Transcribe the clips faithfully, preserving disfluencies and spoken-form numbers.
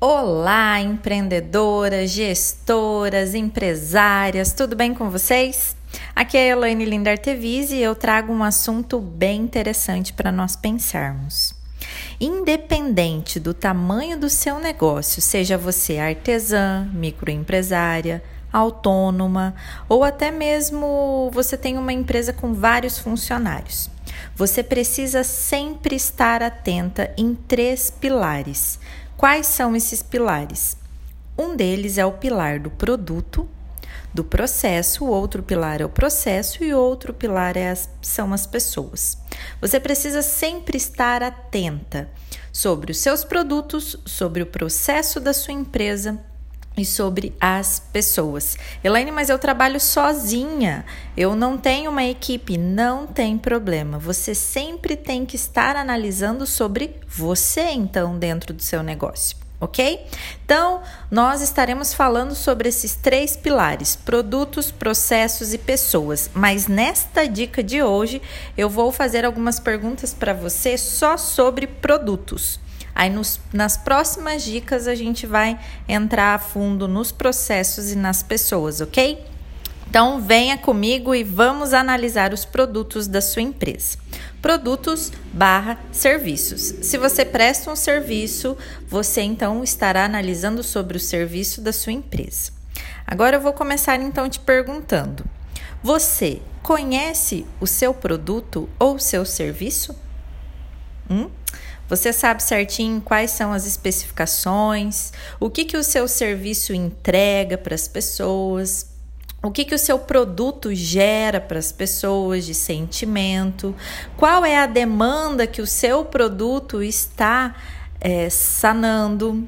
Olá, empreendedoras, gestoras, empresárias, tudo bem com vocês? Aqui é a Elaine Linda Artevise e eu trago um assunto bem interessante para nós pensarmos. Independente do tamanho do seu negócio, seja você artesã, microempresária, autônoma ou até mesmo você tem uma empresa com vários funcionários, você precisa sempre estar atenta em três pilares. Quais são esses pilares? Um deles é o pilar do produto, do processo, o outro pilar é o processo e o outro pilar é as, são as pessoas. Você precisa sempre estar atenta sobre os seus produtos, sobre o processo da sua empresa e sobre as pessoas. Elaine, mas eu trabalho sozinha, eu não tenho uma equipe. Não tem problema, você sempre tem que estar analisando sobre você, então, dentro do seu negócio, ok? Então, nós estaremos falando sobre esses três pilares, produtos, processos e pessoas, mas nesta dica de hoje, eu vou fazer algumas perguntas para você só sobre produtos. Aí nos, nas próximas dicas a gente vai entrar a fundo nos processos e nas pessoas, ok? Então venha comigo e vamos analisar os produtos da sua empresa. Produtos barra serviços. Se você presta um serviço, você então estará analisando sobre o serviço da sua empresa. Agora eu vou começar então te perguntando: você conhece o seu produto ou o seu serviço? Hum? Você sabe certinho quais são as especificações, o que, que o seu serviço entrega para as pessoas, o que, que o seu produto gera para as pessoas de sentimento, qual é a demanda que o seu produto está é, sanando.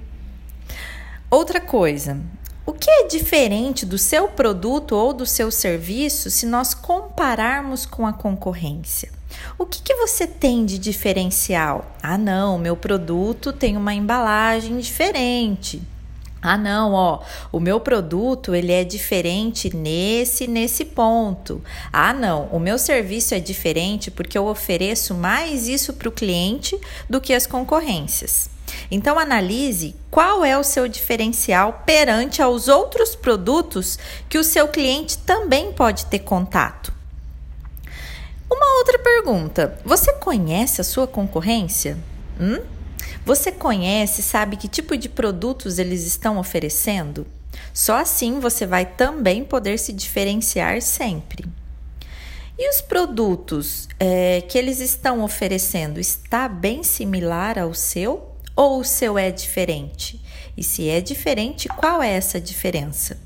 Outra coisa, o que é diferente do seu produto ou do seu serviço se nós compararmos com a concorrência? O que, que você tem de diferencial? Ah, não, meu produto tem uma embalagem diferente. Ah, não, ó, o meu produto ele é diferente nesse, nesse ponto. Ah, não, o meu serviço é diferente porque eu ofereço mais isso para o cliente do que as concorrências. Então, analise qual é o seu diferencial perante aos outros produtos que o seu cliente também pode ter contato. Uma outra pergunta, você conhece a sua concorrência? Hum? Você conhece, sabe que tipo de produtos eles estão oferecendo? Só assim você vai também poder se diferenciar sempre. E os produtos é, que eles estão oferecendo, está bem similar ao seu ou o seu é diferente? E se é diferente, qual é essa diferença?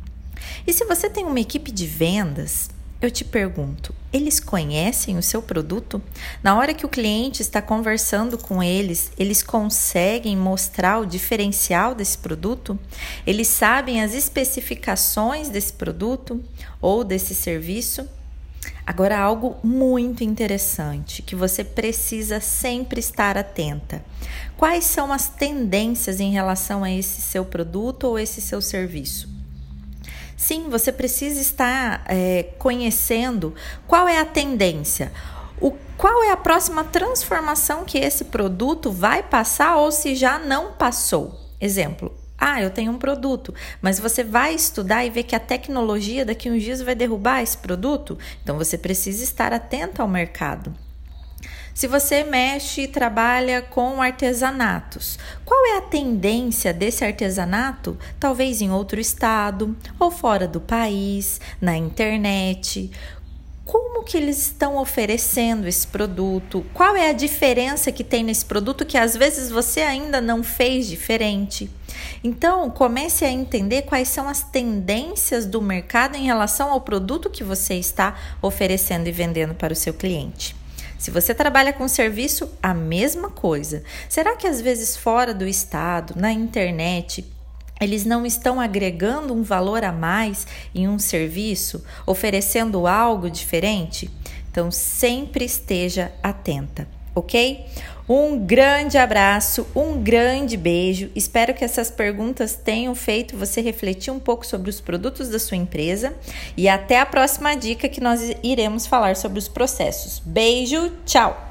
E se você tem uma equipe de vendas, eu te pergunto, eles conhecem o seu produto? Na hora que o cliente está conversando com eles, eles conseguem mostrar o diferencial desse produto? Eles sabem as especificações desse produto ou desse serviço? Agora, algo muito interessante que você precisa sempre estar atenta. Quais são as tendências em relação a esse seu produto ou esse seu serviço? Sim, você precisa estar é, conhecendo qual é a tendência, o, qual é a próxima transformação que esse produto vai passar ou se já não passou. Exemplo, ah, eu tenho um produto, mas você vai estudar e ver que a tecnologia daqui a uns dias vai derrubar esse produto? Então você precisa estar atento ao mercado. Se você mexe e trabalha com artesanatos, qual é a tendência desse artesanato? Talvez em outro estado ou fora do país, na internet. Como que eles estão oferecendo esse produto? Qual é a diferença que tem nesse produto que às vezes você ainda não fez diferente? Então, comece a entender quais são as tendências do mercado em relação ao produto que você está oferecendo e vendendo para o seu cliente. Se você trabalha com serviço, a mesma coisa. Será que às vezes fora do estado, na internet, eles não estão agregando um valor a mais em um serviço, oferecendo algo diferente? Então, sempre esteja atenta, ok? Um grande abraço, um grande beijo. Espero que essas perguntas tenham feito você refletir um pouco sobre os produtos da sua empresa. E até a próxima dica que nós iremos falar sobre os processos. Beijo, tchau!